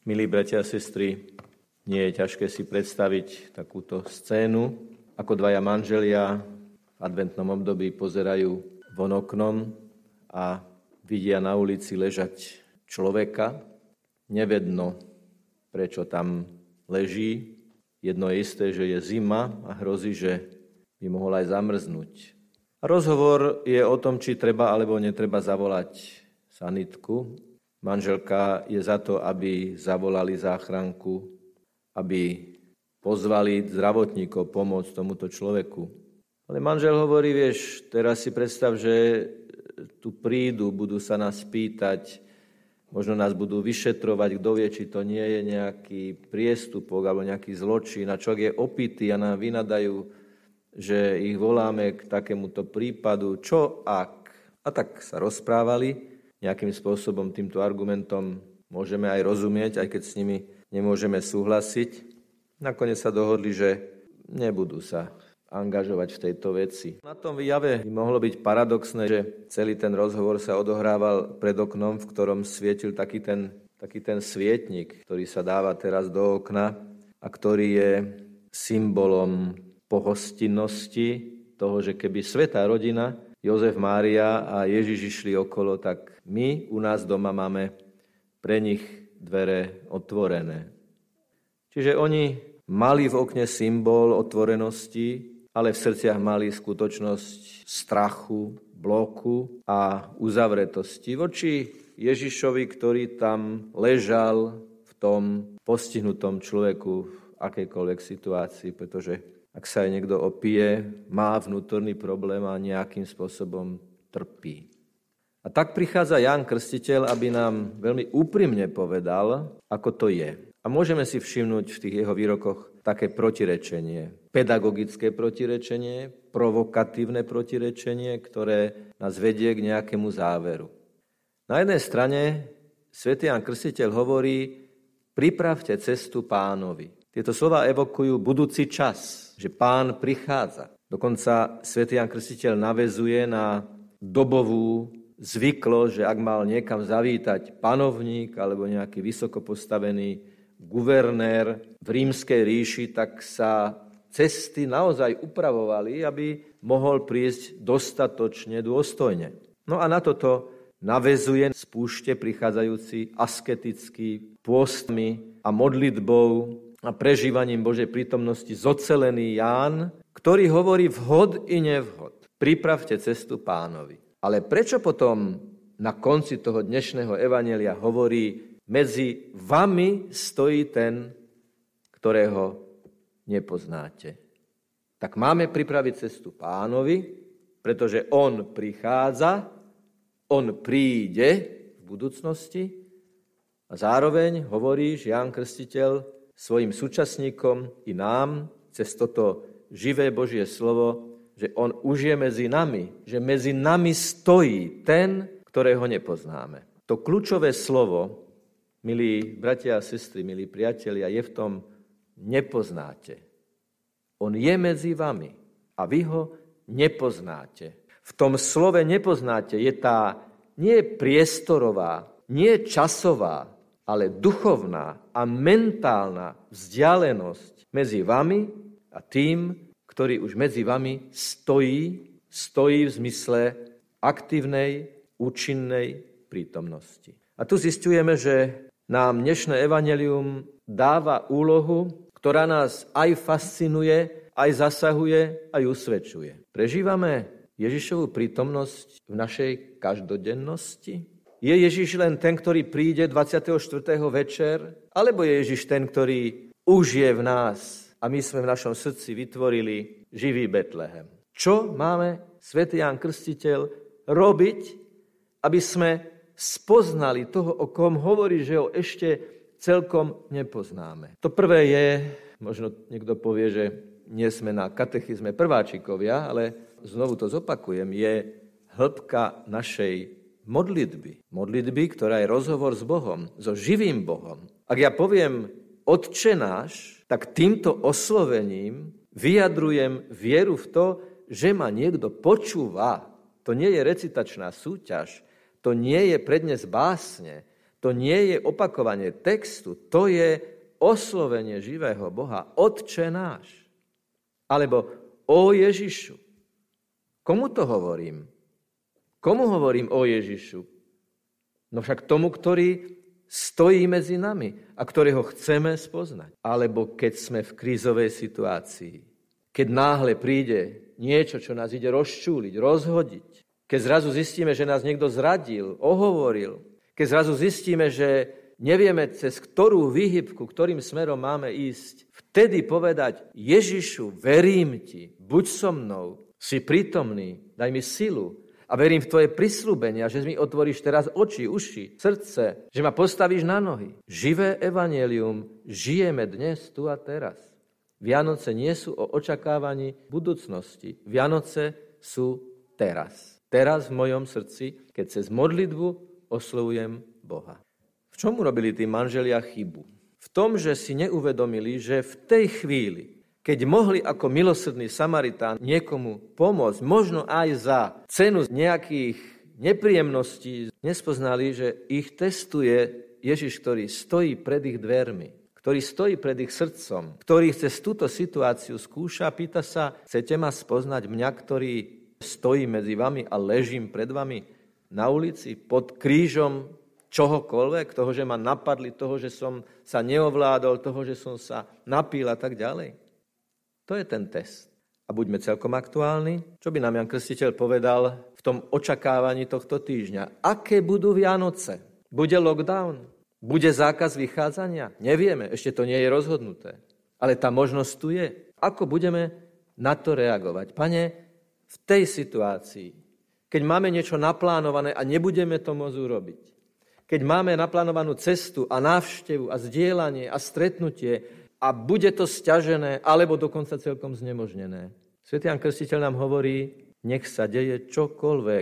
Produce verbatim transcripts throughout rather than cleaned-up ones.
Milí bratia a sestry, nie je ťažké si predstaviť takúto scénu, ako dvaja manželia v adventnom období pozerajú von oknom a vidia na ulici ležať človeka. Nevedno, prečo tam leží. Jedno je isté, že je zima a hrozí, že by mohol aj zamrznúť. A rozhovor je o tom, či treba alebo netreba zavolať sanitku. Manželka je za to, aby zavolali záchranku, aby pozvali zdravotníkov pomôcť tomuto človeku. Ale manžel hovorí, vieš, teraz si predstav, že tu prídu, budú sa nás pýtať, možno nás budú vyšetrovať, kto vie, či to nie je nejaký priestupok alebo nejaký zločin. A človek je opitý a nám vynadajú, že ich voláme k takémuto prípadu. Čo ak? A tak sa rozprávali. Nejakým spôsobom týmto argumentom môžeme aj rozumieť, aj keď s nimi nemôžeme súhlasiť. Nakoniec sa dohodli, že nebudú sa angažovať v tejto veci. Na tom jave by mohlo byť paradoxné, že celý ten rozhovor sa odohrával pred oknom, v ktorom svietil taký ten, taký ten svietnik, ktorý sa dáva teraz do okna a ktorý je symbolom pohostinnosti, toho, že keby svätá rodina Jozef, Mária a Ježiš išli okolo, tak my u nás doma máme pre nich dvere otvorené. Čiže oni mali v okne symbol otvorenosti, ale v srdciach mali skutočnosť strachu, bloku a uzavretosti voči Ježišovi, ktorý tam ležal v tom postihnutom človeku v akejkoľvek situácii, pretože ak sa aj niekto opije, má vnútorný problém a nejakým spôsobom trpí. A tak prichádza Ján Krstiteľ, aby nám veľmi úprimne povedal, ako to je. A môžeme si všimnúť v tých jeho výrokoch také protirečenie. Pedagogické protirečenie, provokatívne protirečenie, ktoré nás vedie k nejakému záveru. Na jednej strane svätý Ján Krstiteľ hovorí, pripravte cestu Pánovi. Tieto slová evokujú budúci čas, že Pán prichádza. Dokonca svätý Ján Krstiteľ naväzuje na dobovú zvyklosť, že ak mal niekam zavítať panovník alebo nejaký vysoko postavený guvernér v rímskej ríši, tak sa cesty naozaj upravovali, aby mohol prísť dostatočne dôstojne. No a na toto naväzuje z púšte prichádzajúci asketický pôstmi a modlitbou a prežívaním Božej prítomnosti zocelený Ján, ktorý hovorí vhod i nevhod. Pripravte cestu Pánovi. Ale prečo potom na konci toho dnešného evanjelia hovorí, medzi vami stojí ten, ktorého nepoznáte? Tak máme pripraviť cestu Pánovi, pretože on prichádza, on príde v budúcnosti a zároveň hovorí, že Ján Krstiteľ svojim súčasníkom i nám cez toto živé Božie slovo, že on už je medzi nami, že medzi nami stojí ten, ktorého nepoznáme. To kľúčové slovo, milí bratia a sestry, milí priatelia, je v tom nepoznáte. On je medzi vami a vy ho nepoznáte. V tom slove nepoznáte je tá nie priestorová, nie časová, ale duchovná a mentálna vzdialenosť medzi vami a tým, ktorý už medzi vami stojí, stojí v zmysle aktívnej, účinnej prítomnosti. A tu zisťujeme, že nám dnešné evanjelium dáva úlohu, ktorá nás aj fascinuje, aj zasahuje, aj usvedčuje. Prežívame Ježišovu prítomnosť v našej každodennosti? Je Ježiš len ten, ktorý príde dvadsiateho štvrtého večer? Alebo je Ježiš ten, ktorý už je v nás a my sme v našom srdci vytvorili živý Betlehem? Čo máme svätý Ján Krstiteľ robiť, aby sme spoznali toho, o kom hovorí, že ho ešte celkom nepoznáme? To prvé je, možno niekto povie, že nie sme na katechizme prváčikovia, ale znovu to zopakujem, je hĺbka našej modlitby. Modlitby, ktorá je rozhovor s Bohom, so živým Bohom. Ak ja poviem Otče náš, tak týmto oslovením vyjadrujem vieru v to, že ma niekto počúva. To nie je recitačná súťaž, to nie je prednes básne, To nie je opakovanie textu, to je oslovenie živého Boha. Otče náš. Alebo o Ježišu. Komu to hovorím? Komu hovorím o Ježišu? No však tomu, ktorý stojí medzi nami a ktorého chceme spoznať. Alebo keď sme v krízovej situácii, keď náhle príde niečo, čo nás ide rozčúliť, rozhodiť, keď zrazu zistíme, že nás niekto zradil, ohovoril, keď zrazu zistíme, že nevieme, cez ktorú výhybku, ktorým smerom máme ísť, vtedy povedať: Ježišu, verím ti, buď so mnou, si prítomný, daj mi silu, a verím v tvoje prisľúbenia, že mi otvoríš teraz oči, uši, srdce, že ma postavíš na nohy. Živé evanjelium žijeme dnes, tu a teraz. Vianoce nie sú o očakávaní budúcnosti. Vianoce sú teraz. Teraz v mojom srdci, keď cez modlitbu oslovujem Boha. V čom urobili tí manželia chybu? V tom, že si neuvedomili, že v tej chvíli, keď mohli ako milosrdný Samaritán niekomu pomôcť, možno aj za cenu nejakých nepríjemností, nespoznali, že ich testuje Ježiš, ktorý stojí pred ich dvermi, ktorý stojí pred ich srdcom, ktorý cez túto situáciu skúša, pýta sa: chcete ma spoznať, mňa, ktorý stojí medzi vami a ležím pred vami na ulici, pod krížom čohokoľvek, toho, že ma napadli, toho, že som sa neovládol, toho, že som sa napil a tak ďalej. To je ten test. A buďme celkom aktuálni. Čo by nám Jan Krstiteľ povedal v tom očakávaní tohto týždňa? Aké budú Vianoce? Bude lockdown? Bude zákaz vychádzania? Nevieme, ešte to nie je rozhodnuté. Ale tá možnosť tu je. Ako budeme na to reagovať? Pane, v tej situácii, keď máme niečo naplánované a nebudeme to môcť urobiť, keď máme naplánovanú cestu a návštevu a zdieľanie a stretnutie, a bude to sťažené, alebo dokonca celkom znemožnené. Svätý Ján Krstiteľ nám hovorí: nech sa deje čokoľvek.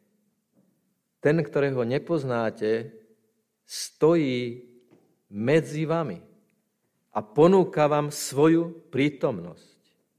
Ten, ktorého nepoznáte, stojí medzi vami a ponúka vám svoju prítomnosť.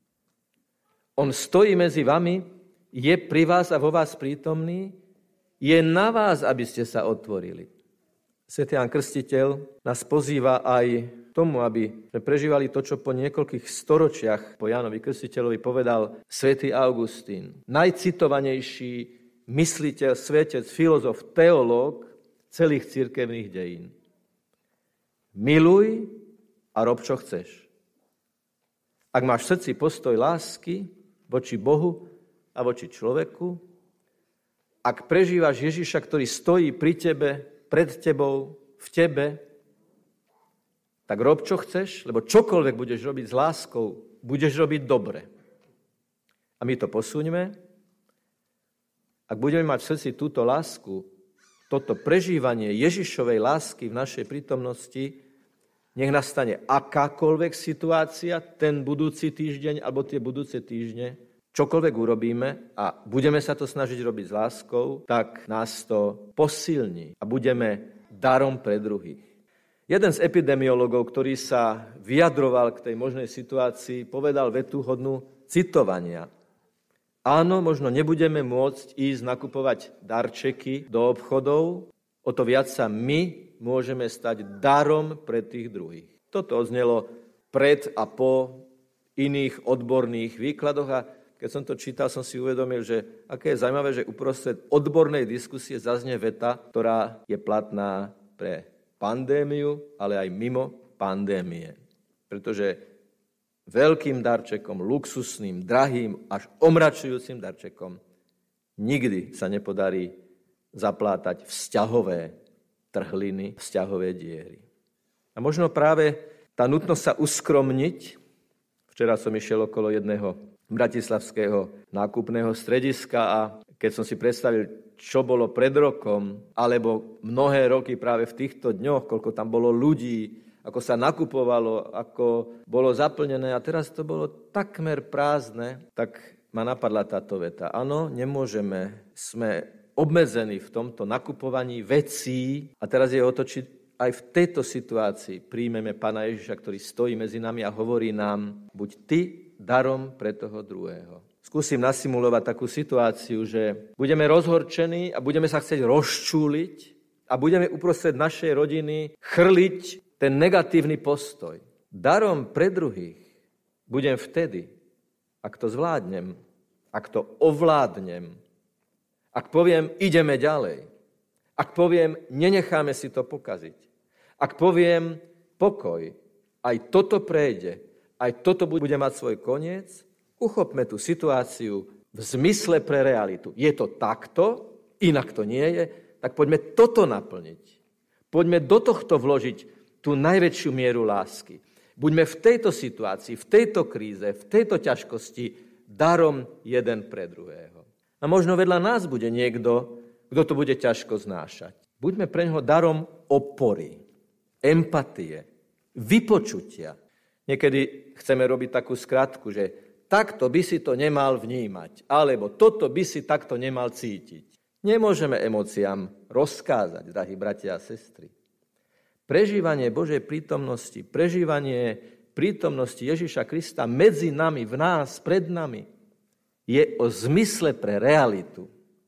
On stojí medzi vami, je pri vás a vo vás prítomný, je na vás, aby ste sa otvorili. Svätý Ján Krstiteľ nás pozýva aj tomu, aby sme prežívali to, čo po niekoľkých storočiach po Jánovi Krstiteľovi povedal svätý Augustín. Najcitovanejší mysliteľ, svetec, filozof, teológ celých cirkevných dejín. Miluj a rob, čo chceš. Ak máš v srdci postoj lásky voči Bohu a voči človeku, ak prežívaš Ježiša, ktorý stojí pri tebe, pred tebou, v tebe, tak rob, čo chceš, lebo čokoľvek budeš robiť s láskou, budeš robiť dobre. A my to posuňme. Ak budeme mať v srdci túto lásku, toto prežívanie Ježišovej lásky v našej prítomnosti, nech nastane akákoľvek situácia, ten budúci týždeň alebo tie budúce týždne, čokoľvek urobíme a budeme sa to snažiť robiť s láskou, tak nás to posilní a budeme darom pre druhých. Jeden z epidemiologov, ktorý sa vyjadroval k tej možnej situácii, povedal vetu hodnú citovania. Áno, možno nebudeme môcť ísť nakupovať darčeky do obchodov, o to viac sa my môžeme stať darom pre tých druhých. Toto odznelo pred a po iných odborných výkladoch a keď som to čítal, som si uvedomil, že aké je zaujímavé, že uprostred odbornej diskusie zaznie veta, ktorá je platná pre pandémiu, ale aj mimo pandémie. Pretože veľkým darčekom, luxusným, drahým, až omračujúcim darčekom nikdy sa nepodarí zaplátať vzťahové trhliny, vzťahové diery. A možno práve tá nutnosť sa uskromniť. Včera som išiel okolo jedného bratislavského nákupného strediska a keď som si predstavil, čo bolo pred rokom, alebo mnohé roky práve v týchto dňoch, koľko tam bolo ľudí, ako sa nakupovalo, ako bolo zaplnené a teraz to bolo takmer prázdne, tak ma napadla táto veta. Áno, nemôžeme, sme obmedzení v tomto nakupovaní vecí a teraz je o to, či aj v tejto situácii príjmeme Pána Ježiša, ktorý stojí medzi nami a hovorí nám, buď ty darom pre toho druhého. Skúsim nasimulovať takú situáciu, že budeme rozhorčení a budeme sa chcieť rozčúliť a budeme uprostred našej rodiny chrliť ten negatívny postoj. Darom pre druhých budem vtedy, ak to zvládnem, ak to ovládnem, ak poviem, ideme ďalej, ak poviem, nenecháme si to pokaziť, ak poviem, pokoj, aj toto prejde, aj toto bude mať svoj koniec, uchopme tú situáciu v zmysle pre realitu. Je to takto, inak to nie je, tak poďme toto naplniť. Poďme do tohto vložiť tú najväčšiu mieru lásky. Buďme v tejto situácii, v tejto kríze, v tejto ťažkosti darom jeden pre druhého. A možno vedľa nás bude niekto, kto to bude ťažko znášať. Buďme pre neho darom opory, empatie, vypočutia. Niekedy chceme robiť takú skratku, že takto by si to nemal vnímať, alebo toto by si takto nemal cítiť. Nemôžeme emóciám rozkázať, drahí bratia a sestry. Prežívanie Božej prítomnosti, prežívanie prítomnosti Ježiša Krista medzi nami, v nás, pred nami, je o zmysle pre realitu.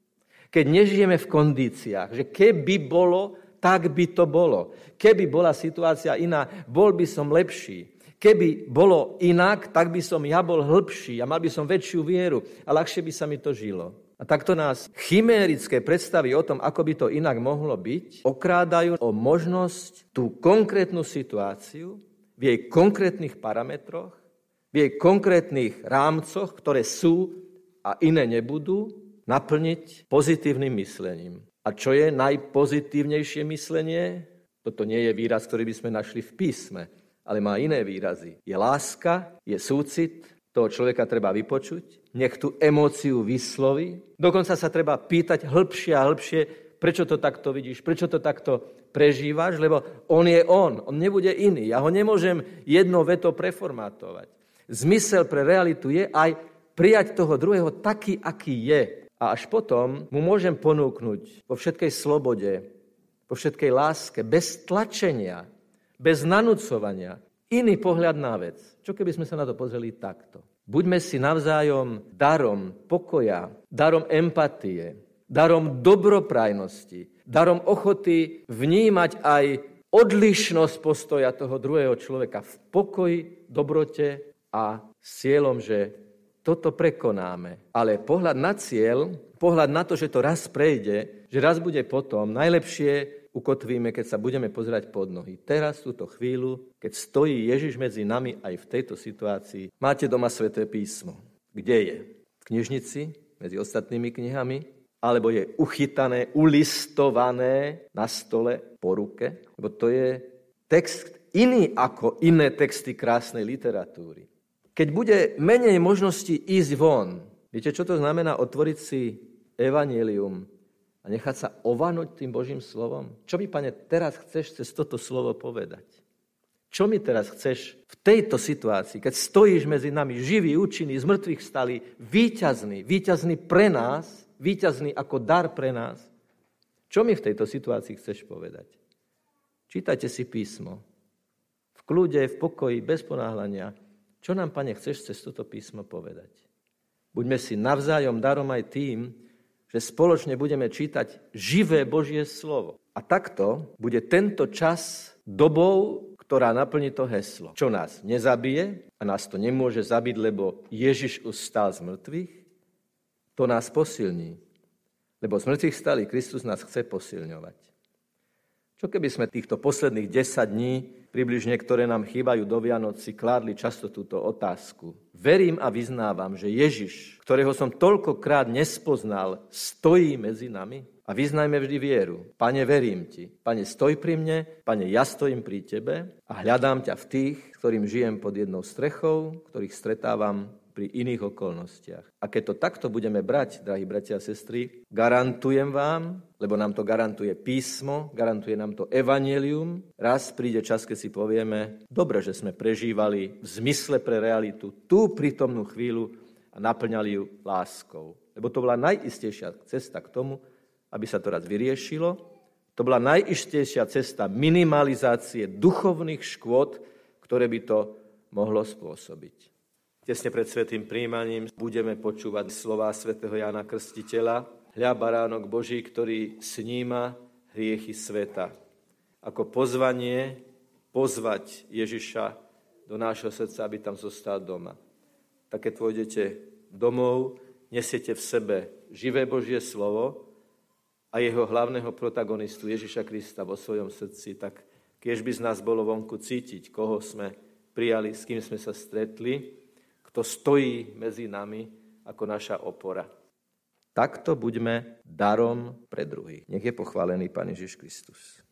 Keď nežijeme v kondíciách, že keby bolo, tak by to bolo. Keby bola situácia iná, bol by som lepší. Keby bolo inak, tak by som ja bol hĺbší a mal by som väčšiu vieru a ľahšie by sa mi to žilo. A takto nás chimérické predstavy o tom, ako by to inak mohlo byť, okrádajú o možnosť tú konkrétnu situáciu v jej konkrétnych parametroch, v jej konkrétnych rámcoch, ktoré sú a iné nebudú, naplniť pozitívnym myslením. A čo je najpozitívnejšie myslenie? Toto nie je výraz, ktorý by sme našli v písme, ale má iné výrazy. Je láska, je súcit, toho človeka treba vypočuť, nech tú emóciu vysloví. Dokonca sa treba pýtať hĺbšie a hĺbšie, prečo to takto vidíš, prečo to takto prežívaš, lebo on je on, on nebude iný. Ja ho nemôžem jednou vetou preformátovať. Zmysel pre realitu je aj prijať toho druhého taký, aký je. A až potom mu môžem ponúknuť vo všetkej slobode, vo všetkej láske, bez tlačenia, bez nanúcovania, iný pohľad na vec. Čo keby sme sa na to pozreli takto? Buďme si navzájom darom pokoja, darom empatie, darom dobroprajnosti, darom ochoty vnímať aj odlišnosť postoja toho druhého človeka v pokoji, dobrote a s cieľom, že toto prekonáme. Ale pohľad na cieľ, pohľad na to, že to raz prejde, že raz bude potom, najlepšie ukotvíme, keď sa budeme pozerať pod nohy. Teraz, túto chvíľu, keď stojí Ježiš medzi nami aj v tejto situácii, máte doma Sväté písmo. Kde je? V knižnici, medzi ostatnými knihami? Alebo je uchytané, ulistované na stole po ruke? Lebo to je text iný ako iné texty krásnej literatúry. Keď bude menej možností ísť von, viete, čo to znamená otvoriť si evanjelium a nechať sa ovanúť tým Božím slovom? Čo mi, Pane, teraz chceš cez toto slovo povedať? Čo mi teraz chceš v tejto situácii, keď stojíš medzi nami, živý, účinný, z mŕtvych vstali, víťazný, víťazný pre nás, víťazný ako dar pre nás? Čo mi v tejto situácii chceš povedať? Čítajte si písmo. V kľude, v pokoji, bez ponáhľania. Čo nám, Pane, chceš cez toto písmo povedať? Buďme si navzájom darom aj tým, že spoločne budeme čítať živé Božie slovo. A takto bude tento čas dobou, ktorá naplní to heslo. Čo nás nezabije, a nás to nemôže zabiť, lebo Ježiš už stál z mŕtvych, to nás posilní. Lebo z mŕtvych stálý Kristus nás chce posilňovať. Čo keby sme týchto posledných desať dní, približne, ktoré nám chýbajú do Vianoc, si kládli často túto otázku. Verím a vyznávam, že Ježiš, ktorého som toľkokrát nespoznal, stojí medzi nami? A vyznajme vždy vieru. Pane, verím ti. Pane, stoj pri mne. Pane, ja stojím pri tebe a hľadám ťa v tých, ktorým žijem pod jednou strechou, ktorých stretávam pri iných okolnostiach. A keď to takto budeme brať, drahí bratia a sestry, garantujem vám, lebo nám to garantuje písmo, garantuje nám to evanjelium, raz príde čas, keď si povieme, dobre, že sme prežívali v zmysle pre realitu tú prítomnú chvíľu a naplňali ju láskou. Lebo to bola najistejšia cesta k tomu, aby sa to raz vyriešilo. To bola najistejšia cesta minimalizácie duchovných škôd, ktoré by to mohlo spôsobiť. Tesne pred svätým prijímaním budeme počúvať slová svätého Jána Krstiteľa. Hľa baránok Boží, ktorý sníma, hriechy sveta. Ako pozvanie pozvať Ježiša do nášho srdca, aby tam zostal doma. Tak keď pôjdete domov, nesiete v sebe živé Božie slovo a jeho hlavného protagonistu Ježiša Krista vo svojom srdci, tak keď by z nás bolo vonku cítiť, koho sme prijali, s kým sme sa stretli, kto stojí medzi nami ako naša opora. Takto buďme darom pre druhých. Nech je pochválený Pán Ježiš Kristus.